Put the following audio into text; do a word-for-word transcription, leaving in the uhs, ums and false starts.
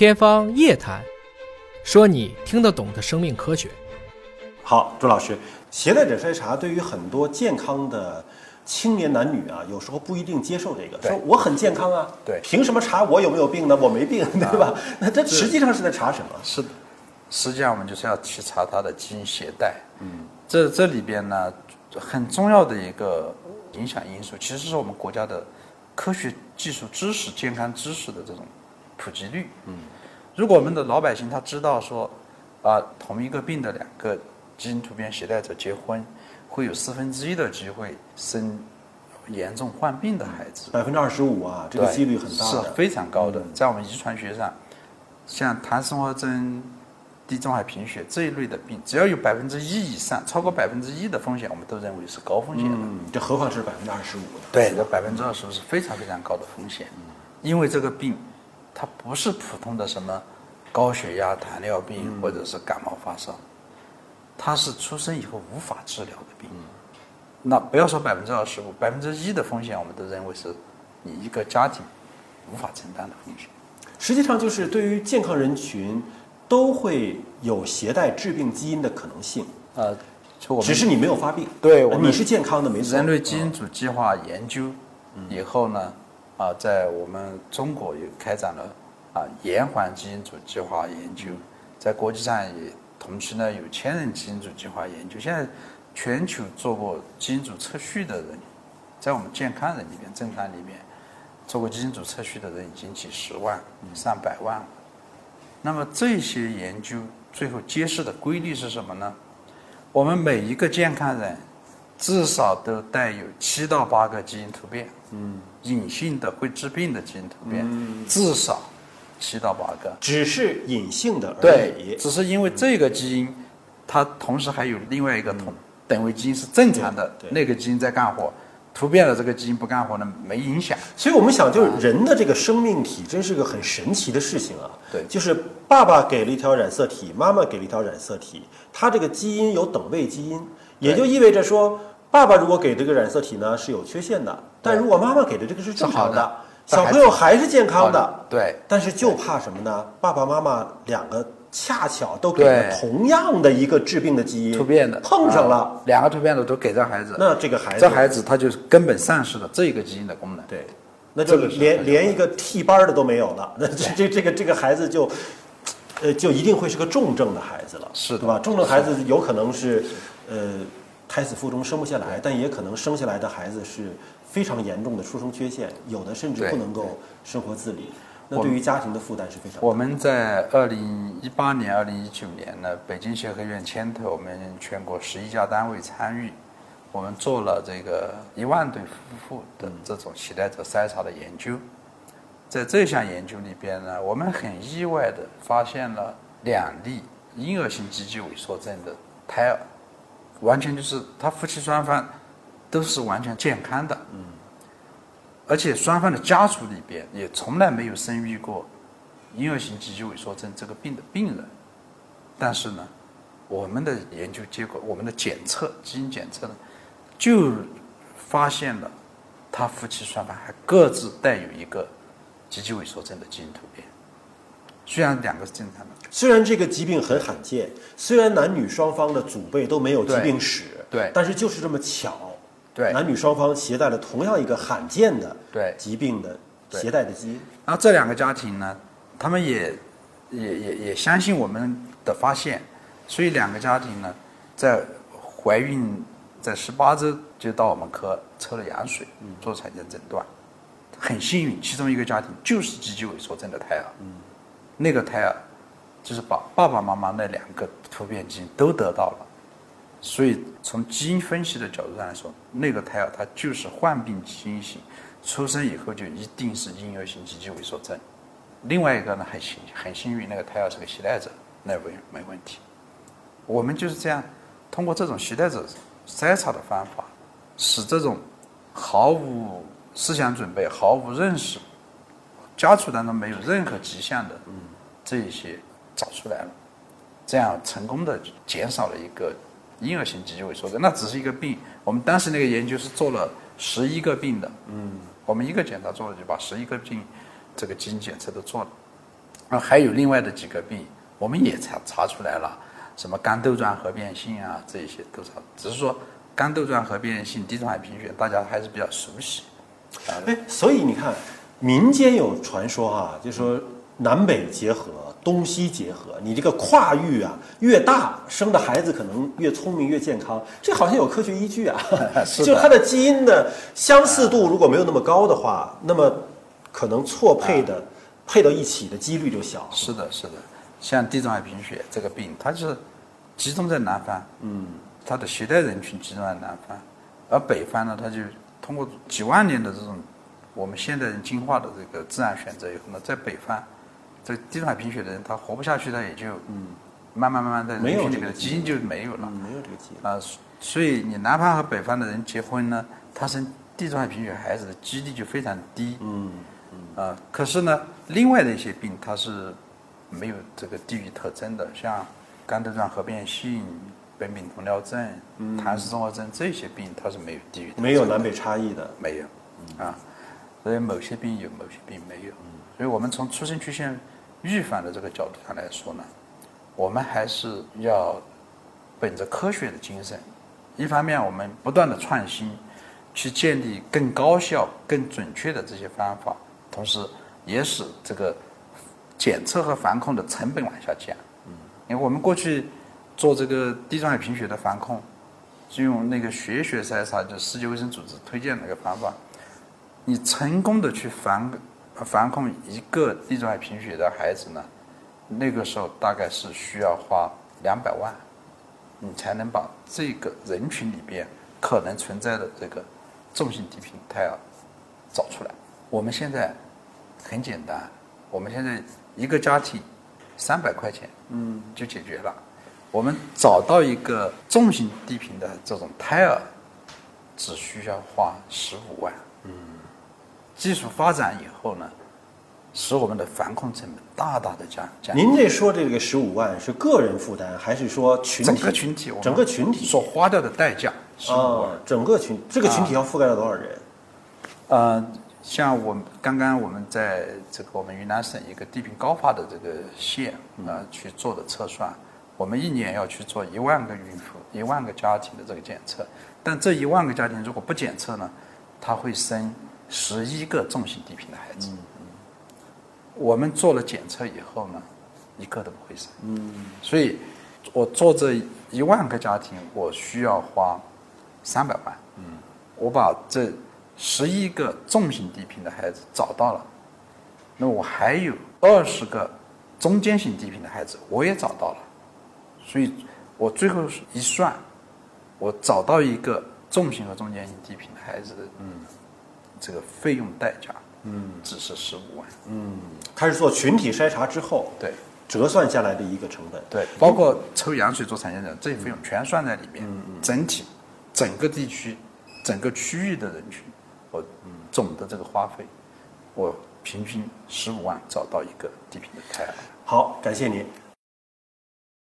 天方夜谭，说你听得懂的生命科学。 好，朱老师，携带者筛查对于很多健康的青年男女啊，有时候不一定接受这个，说我很健康啊， 对， 凭什么查我有没有病呢？我没病，对吧？啊、那这实际上是在查什么？ 是的，实际上我们就是要去查他的基因携带。嗯，这这里边呢，很重要的一个影响因素，其实是我们国家的科学技术知识、健康知识的这种普及率。嗯，如果我们的老百姓他知道说，啊，同一个病的两个基因突变携带者结婚，会有四分之一的机会生严重患病的孩子， 百分之二十五啊，这个几率很大的， 是非常高的。在我们遗传学上，像唐氏综合征、地中海贫血这一类的病，只要有百分之一以上，超过百分之一的风险，我们都认为是高风险的。 嗯，这何况是百分之二十五的？ 对，这百分之二十五是非常非常高的风险。嗯，因为这个病，它不是普通的什么高血压、糖尿病、嗯、或者是感冒发烧，它是出生以后无法治疗的病。嗯，那不要说百分之二十五，百分之一的风险，我们都认为是你一个家庭无法承担的风险。 实际上，就是对于健康人群，都会有携带致病基因的可能性。 呃， 只是你没有发病。 对，我你是健康的，没错。 人类基因组计划研究以后呢，啊，在我们中国也开展了啊延缓基因组计划研究，在国际上也同期呢有千人基因组计划研究。现在全球做过基因组测序的人，在我们健康人里面、正常里面做过基因组测序的人已经几十万、上百万了。那么这些研究最后揭示的规律是什么呢？我们每一个健康人至少都带有七到八个基因突变，嗯，隐性的会致病的基因突变，嗯、至少七到八个， 只是隐性的而已。 对，只是因为这个基因，它同时还有另外一个同、嗯、等位基因是正常的，那个基因在干活。突变了这个基因不干活呢，没影响。 所以我们想，就是人的这个生命体真是个很神奇的事情啊。 对， 就是爸爸给了一条染色体，妈妈给了一条染色体，它这个基因有等位基因，也就意味着说，爸爸如果给这个染色体呢是有缺陷的，但如果妈妈给的这个是正常的，小朋友还是健康的。 对， 但是就怕什么呢？爸爸妈妈两个恰巧都给了同样的一个致病的基因， 突变的碰上了、 啊，两个突变的都给这孩子， 那这个孩子， 这孩子他就根本丧失了这个基因的功能。 对，那就连、这个、连一个替班的都没有了，那这这这个这个孩子就，呃，就一定会是个重症的孩子了， 是对吧？重症孩子有可能是，呃，胎死腹中生不下来，但也可能生下来的孩子是非常严重的出生缺陷，有的甚至不能够生活自理。那对于家庭的负担是非常大的。 我们在二零一八年、二零一九年呢，北京协和医院牵头，我们全国十一家单位参与，我们做了这个一万对夫妇的这种携带者筛查的研究。在这项研究里边呢，我们很意外的发现了两例婴儿性肌肌萎缩症的胎儿，完全就是他夫妻双方都是完全健康的。嗯。而且双方的家属里边也从来没有生育过婴儿型肌肌萎缩症这个病的病人，但是呢，我们的研究结果，我们的检测基因检测呢，就发现了他夫妻双方还各自带有一个肌肌萎缩症的基因突变，虽然两个是正常的， 虽然这个疾病很罕见，虽然男女双方的祖辈都没有疾病史， 对， 但是就是这么巧。 对， 男女双方携带了同样一个罕见的对疾病的携带的基因。 然后这两个家庭呢，他们也也也也相信我们的发现，所以两个家庭呢，在怀孕在十八周就到我们科测了羊水，做产前诊断，很幸运，其中一个家庭就是肌肌萎缩症的胎儿，嗯，那个胎儿就是把爸爸妈妈那两个突变基因都得到了。所以从基因分析的角度上来说，那个胎儿他就是患病基因型，出生以后就一定是婴儿型肌肌萎缩症。另外一个呢，很幸很幸运，那个胎儿是个携带者，那没没问题。我们就是这样，通过这种携带者筛查的方法，使这种毫无思想准备、毫无认识、家属当中没有任何迹象的这一些找出来了，这样成功的减少了一个婴儿型肌肌萎缩症。那只是一个病，我们当时那个研究是做了十一个病的，嗯，我们一个检查做了就把十一个病这个基因检测都做了， 啊，还有另外的几个病，我们也查查出来了，什么肝窦状核变性啊，这些都查，只是说肝窦状核变性、地中海贫血，大家还是比较熟悉。 哎，所以你看，民间有传说啊，就说南北结合、东西结合，你这个跨域啊越大，生的孩子可能越聪明、越健康，这好像有科学依据啊。就它的基因的相似度如果没有那么高的话，那么可能错配的、配到一起的几率就小。 是的，是的，像地中海贫血这个病，它就是集中在南方，嗯，它的携带人群集中在南方，而北方呢，它就通过几万年的这种我们现代人进化的这个自然选择以后呢，在北方，这地中海贫血的人他活不下去，他也就嗯，慢慢慢慢在人群里面的基因就没有了， 嗯、没有这个基因啊、呃，所以你南方和北方的人结婚呢，他生地中海贫血孩子的几率就非常低，嗯嗯啊、呃，可是呢，另外的一些病它是没有这个地域特征的，像肝窦状核变性、苯丙酮尿症、嗯、唐氏综合征这些病，它是没有地域特征的， 没有南北差异的， 没有，嗯、啊，所以某些病有，某些病没有。嗯、所以我们从出生曲线预防的这个角度上来说呢，我们还是要本着科学的精神，一方面我们不断的创新，去建立更高效、更准确的这些方法，同时也使这个检测和防控的成本往下降。嗯，因为我们过去做这个地中海贫血的防控，是用那个血血筛查，就世界卫生组织推荐那个方法，你成功的去防防控一个地中海贫血的孩子呢，那个时候大概是需要花两百万，你才能把这个人群里边可能存在的这个重性低频胎儿找出来。我们现在很简单，我们现在一个家庭三百块钱，嗯，就解决了。我们找到一个重性低频的这种胎儿，只需要花十五万。嗯，技术发展以后呢，使我们的防控成本大大的降降。 您这说这个十五万是个人负担，还是说群体？ 整个群体， 整个群体所花掉的代价十五万、 啊。整个群这个群体要覆盖到多少人？ 啊、呃，像我们刚刚我们在这个我们云南省一个地频高发的这个县啊、呃、去做的测算，我们一年要去做一万个孕妇、一万个家庭的这个检测，但这一万个家庭如果不检测呢，它会生十一个重性低频的孩子。嗯嗯，我们做了检测以后呢，一个都不会生。嗯，所以我做这一万个家庭，我需要花三百万。嗯，我把这十一个重性低频的孩子找到了，那我还有二十个中间型低频的孩子我也找到了，所以我最后一算，我找到一个重型和中间型低频的孩子的，嗯，这个费用代价，嗯，只是十五万， 嗯，他是做群体筛查之后， 对， 折算下来的一个成本， 对，包括抽羊水做产检的这些费用全算在里面，嗯嗯，整体整个地区整个区域的人群，我总的这个花费，我平均十五万找到一个低频的胎儿。 好，感谢您。